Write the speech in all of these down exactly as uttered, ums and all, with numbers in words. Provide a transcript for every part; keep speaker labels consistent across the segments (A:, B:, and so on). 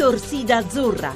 A: Torsida Azzurra.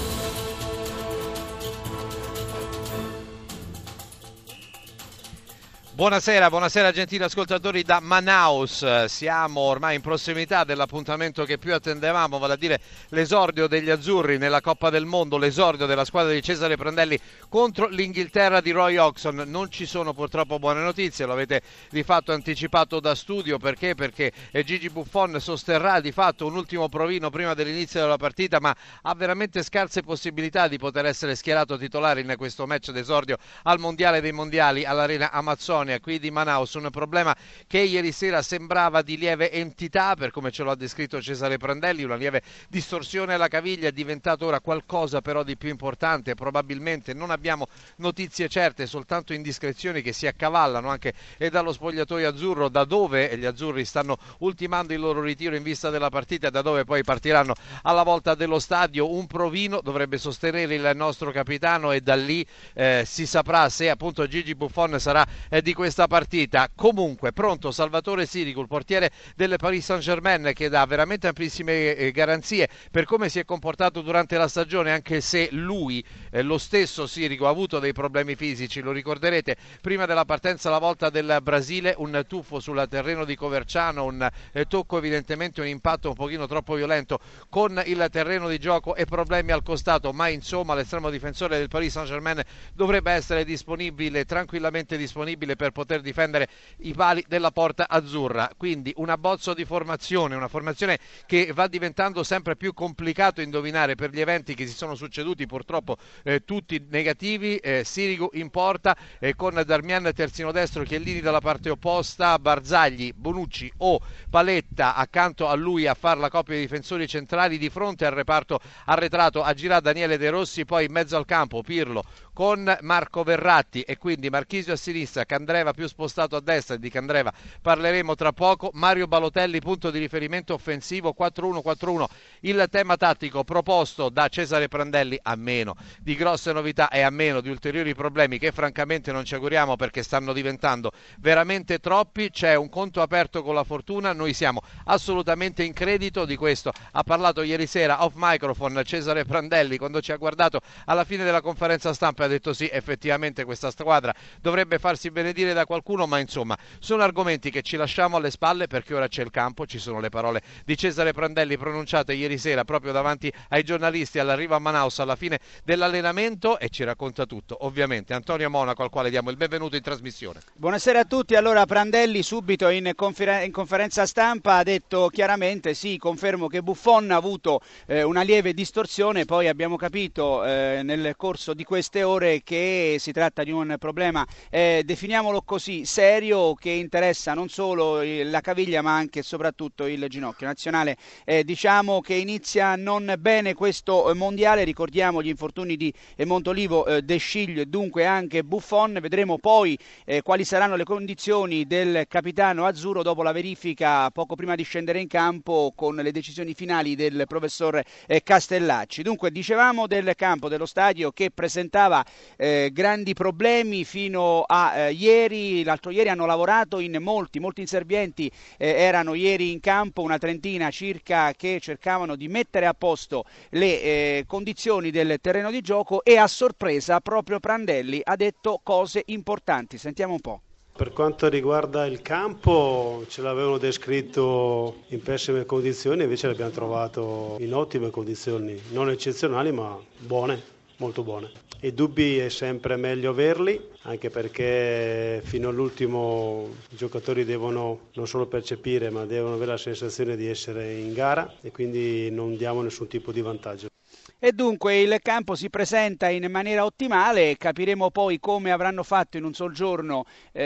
B: Buonasera, buonasera gentili ascoltatori da Manaus. Siamo ormai in prossimità dell'appuntamento che più attendevamo, vale a dire l'esordio degli azzurri nella Coppa del Mondo, l'esordio della squadra di Cesare Prandelli contro l'Inghilterra di Roy Hodgson. Non ci sono purtroppo buone notizie, lo avete di fatto anticipato da studio. Perché? Perché Gigi Buffon sosterrà di fatto un ultimo provino prima dell'inizio della partita, ma ha veramente scarse possibilità di poter essere schierato titolare in questo match d'esordio al Mondiale dei Mondiali all'Arena Amazzonia qui di Manaus. Un problema che ieri sera sembrava di lieve entità, per come ce lo ha descritto Cesare Prandelli, una lieve distorsione alla caviglia, è diventato ora qualcosa però di più importante. Probabilmente non abbiamo notizie certe, soltanto indiscrezioni che si accavallano anche e dallo spogliatoio azzurro, da dove gli azzurri stanno ultimando il loro ritiro in vista della partita e da dove poi partiranno alla volta dello stadio. Un provino dovrebbe sostenere il nostro capitano e da lì eh, si saprà se appunto Gigi Buffon sarà eh, di questa partita. Comunque pronto Salvatore Sirigu, il portiere del Paris Saint-Germain, che dà veramente amplissime eh, garanzie per come si è comportato durante la stagione, anche se lui, eh, lo stesso Sirigu, ha avuto dei problemi fisici. Lo ricorderete, prima della partenza alla volta del Brasile, un tuffo sul terreno di Coverciano, un eh, tocco evidentemente, un impatto un pochino troppo violento con il terreno di gioco e problemi al costato, ma insomma l'estremo difensore del Paris Saint-Germain dovrebbe essere disponibile, tranquillamente disponibile per poter difendere i pali della porta azzurra. Quindi un abbozzo di formazione, una formazione che va diventando sempre più complicato indovinare per gli eventi che si sono succeduti, purtroppo eh, tutti negativi. eh, Sirigu in porta eh, con Darmian terzino destro, Chiellini dalla parte opposta, Barzagli, Bonucci o Paletta accanto a lui a far la coppia di difensori centrali. Di fronte al reparto arretrato a girare Daniele De Rossi, poi in mezzo al campo Pirlo con Marco Verratti e quindi Marchisio a sinistra, Candreva più spostato a destra, e di Candreva parleremo tra poco. Mario Balotelli punto di riferimento offensivo, quattro uno quattro uno il tema tattico proposto da Cesare Prandelli, a meno di grosse novità e a meno di ulteriori problemi che francamente non ci auguriamo perché stanno diventando veramente troppi. C'è un conto aperto con la fortuna, noi siamo assolutamente in credito, di questo ha parlato ieri sera off microphone Cesare Prandelli quando ci ha guardato alla fine della conferenza stampa e ha detto sì, effettivamente questa squadra dovrebbe farsi benedire da qualcuno, ma insomma sono argomenti che ci lasciamo alle spalle perché ora c'è il campo. Ci sono le parole di Cesare Prandelli pronunciate ieri sera proprio davanti ai giornalisti all'arrivo a Manaus alla fine dell'allenamento e ci racconta tutto ovviamente Antonio Monaco, al quale diamo il benvenuto in trasmissione.
C: Buonasera a tutti. Allora Prandelli subito in, confer- in conferenza stampa ha detto chiaramente sì, confermo che Buffon ha avuto eh, una lieve distorsione, poi abbiamo capito eh, nel corso di queste ore che si tratta di un problema eh, definiamolo così serio, che interessa non solo la caviglia ma anche e soprattutto il ginocchio nazionale. Eh, diciamo che inizia non bene questo mondiale, ricordiamo gli infortuni di Montolivo, eh, De Sciglio e dunque anche Buffon. Vedremo poi eh, quali saranno le condizioni del capitano azzurro dopo la verifica poco prima di scendere in campo con le decisioni finali del professor eh, Castellacci. Dunque dicevamo del campo, dello stadio, che presentava eh, grandi problemi fino a eh, ieri. L'altro ieri hanno lavorato in molti, molti inservienti eh, erano ieri in campo, una trentina circa, che cercavano di mettere a posto le eh, condizioni del terreno di gioco e a sorpresa proprio Prandelli ha detto cose importanti. Sentiamo un po'.
D: Per quanto riguarda il campo, ce l'avevano descritto in pessime condizioni, invece l'abbiamo trovato in ottime condizioni, non eccezionali ma buone, molto buone. I dubbi è sempre meglio averli, anche perché fino all'ultimo i giocatori devono non solo percepire ma devono avere la sensazione di essere in gara e quindi non diamo nessun tipo di vantaggio.
C: E dunque il campo si presenta in maniera ottimale, capiremo poi come avranno fatto in un sol giorno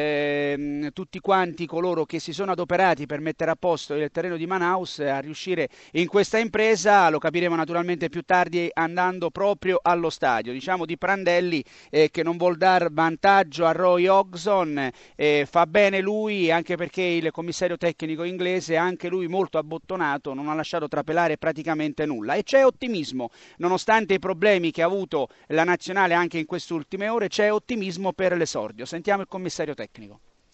C: ehm, tutti quanti coloro che si sono adoperati per mettere a posto il terreno di Manaus a riuscire in questa impresa. Lo capiremo naturalmente più tardi andando proprio allo stadio. Diciamo di Prandelli eh, che non vuol dar vantaggio a Roy Hodgson, eh, fa bene lui, anche perché il commissario tecnico inglese, anche lui molto abbottonato, non ha lasciato trapelare praticamente nulla e c'è ottimismo. Nonostante i problemi che ha avuto la nazionale anche in queste ultime ore, c'è ottimismo per l'esordio. Sentiamo il commissario tecnico.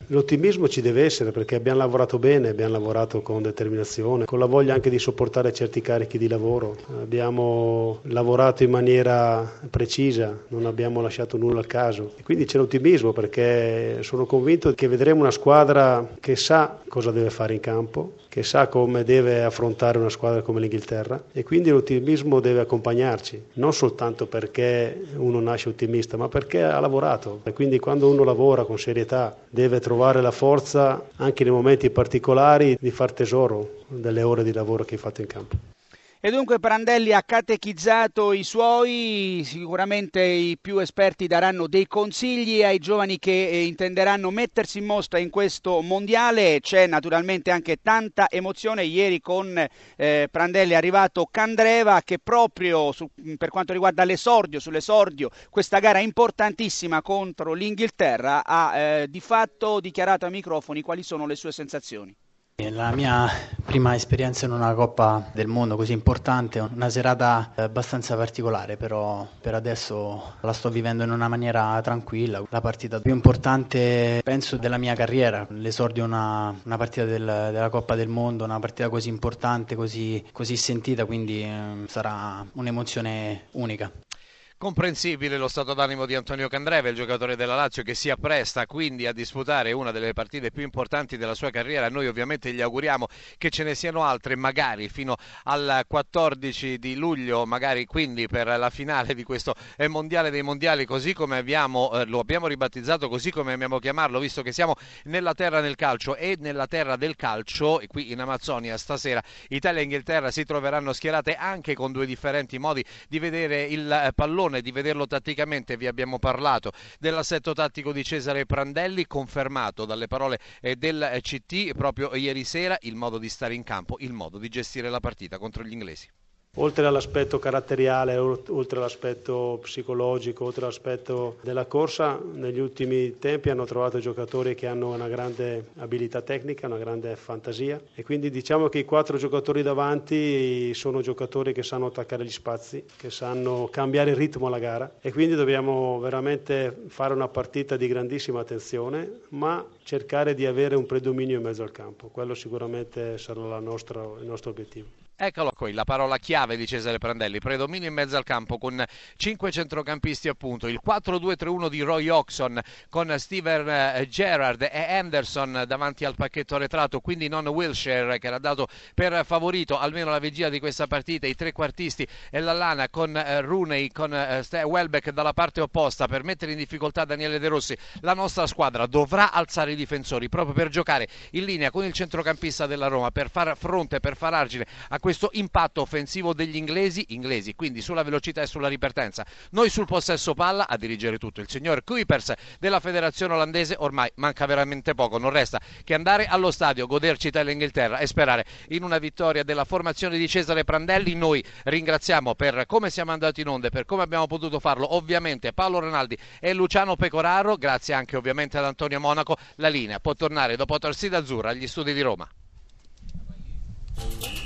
D: L'ottimismo ci deve essere perché abbiamo lavorato bene, abbiamo lavorato con determinazione, con la voglia anche di sopportare certi carichi di lavoro. Abbiamo lavorato in maniera precisa, non abbiamo lasciato nulla al caso. E quindi c'è l'ottimismo perché sono convinto che vedremo una squadra che sa cosa deve fare in campo, che sa come deve affrontare una squadra come l'Inghilterra e quindi l'ottimismo deve accompagnarci, non soltanto perché uno nasce ottimista, ma perché ha lavorato. E quindi quando uno lavora con serietà deve trovare trovare la forza anche nei momenti particolari di far tesoro delle ore di lavoro che hai fatto in campo.
C: E dunque Prandelli ha catechizzato i suoi, sicuramente i più esperti daranno dei consigli ai giovani che intenderanno mettersi in mostra in questo mondiale. C'è naturalmente anche tanta emozione. Ieri con eh, Prandelli è arrivato Candreva che proprio su, per quanto riguarda l'esordio, sull'esordio, questa gara importantissima contro l'Inghilterra, ha eh, di fatto dichiarato ai microfoni quali sono le sue sensazioni.
A: La mia prima esperienza in una Coppa del Mondo così importante, una serata abbastanza particolare, però per adesso la sto vivendo in una maniera tranquilla. La partita più importante penso della mia carriera, l'esordio una, una partita del, della Coppa del Mondo, una partita così importante, così, così sentita, quindi eh, sarà un'emozione unica.
B: Comprensibile lo stato d'animo di Antonio Candreva, il giocatore della Lazio che si appresta quindi a disputare una delle partite più importanti della sua carriera. Noi ovviamente gli auguriamo che ce ne siano altre, magari fino al quattordici di luglio, magari quindi per la finale di questo mondiale dei mondiali, così come abbiamo, eh, lo abbiamo ribattezzato, così come amiamo chiamarlo, visto che siamo nella terra del calcio e nella terra del calcio, e qui in Amazzonia stasera Italia e Inghilterra si troveranno schierate anche con due differenti modi di vedere il pallone, di vederlo tatticamente. Vi abbiamo parlato dell'assetto tattico di Cesare Prandelli, confermato dalle parole del C T proprio ieri sera, il modo di stare in campo, il modo di gestire la partita contro gli inglesi.
D: Oltre all'aspetto caratteriale, oltre all'aspetto psicologico, oltre all'aspetto della corsa, negli ultimi tempi hanno trovato giocatori che hanno una grande abilità tecnica, una grande fantasia e quindi diciamo che i quattro giocatori davanti sono giocatori che sanno attaccare gli spazi, che sanno cambiare il ritmo alla gara e quindi dobbiamo veramente fare una partita di grandissima attenzione, ma cercare di avere un predominio in mezzo al campo. Quello sicuramente sarà la nostra, il nostro obiettivo.
B: Eccolo qui, la parola chiave di Cesare Prandelli, predominio in mezzo al campo con cinque centrocampisti appunto, il quattro due tre uno di Roy Hodgson con Steven Gerrard e Henderson davanti al pacchetto arretrato, quindi non Wilshere che era dato per favorito almeno la vigilia di questa partita, i trequartisti e Lallana con eh, Rooney, con eh, Welbeck dalla parte opposta per mettere in difficoltà Daniele De Rossi. La nostra squadra dovrà alzare i difensori proprio per giocare in linea con il centrocampista della Roma, per far fronte, per far argine a questo questo impatto offensivo degli inglesi, inglesi quindi sulla velocità e sulla ripartenza. Noi sul possesso palla a dirigere tutto il signor Kuipers della federazione olandese. Ormai manca veramente poco, non resta che andare allo stadio, goderci Italia e Inghilterra e sperare in una vittoria della formazione di Cesare Prandelli. Noi ringraziamo per come siamo andati in onda, per come abbiamo potuto farlo ovviamente Paolo Rinaldi e Luciano Pecoraro, grazie anche ovviamente ad Antonio Monaco. La linea può tornare dopo Torcida Azzurra agli studi di Roma.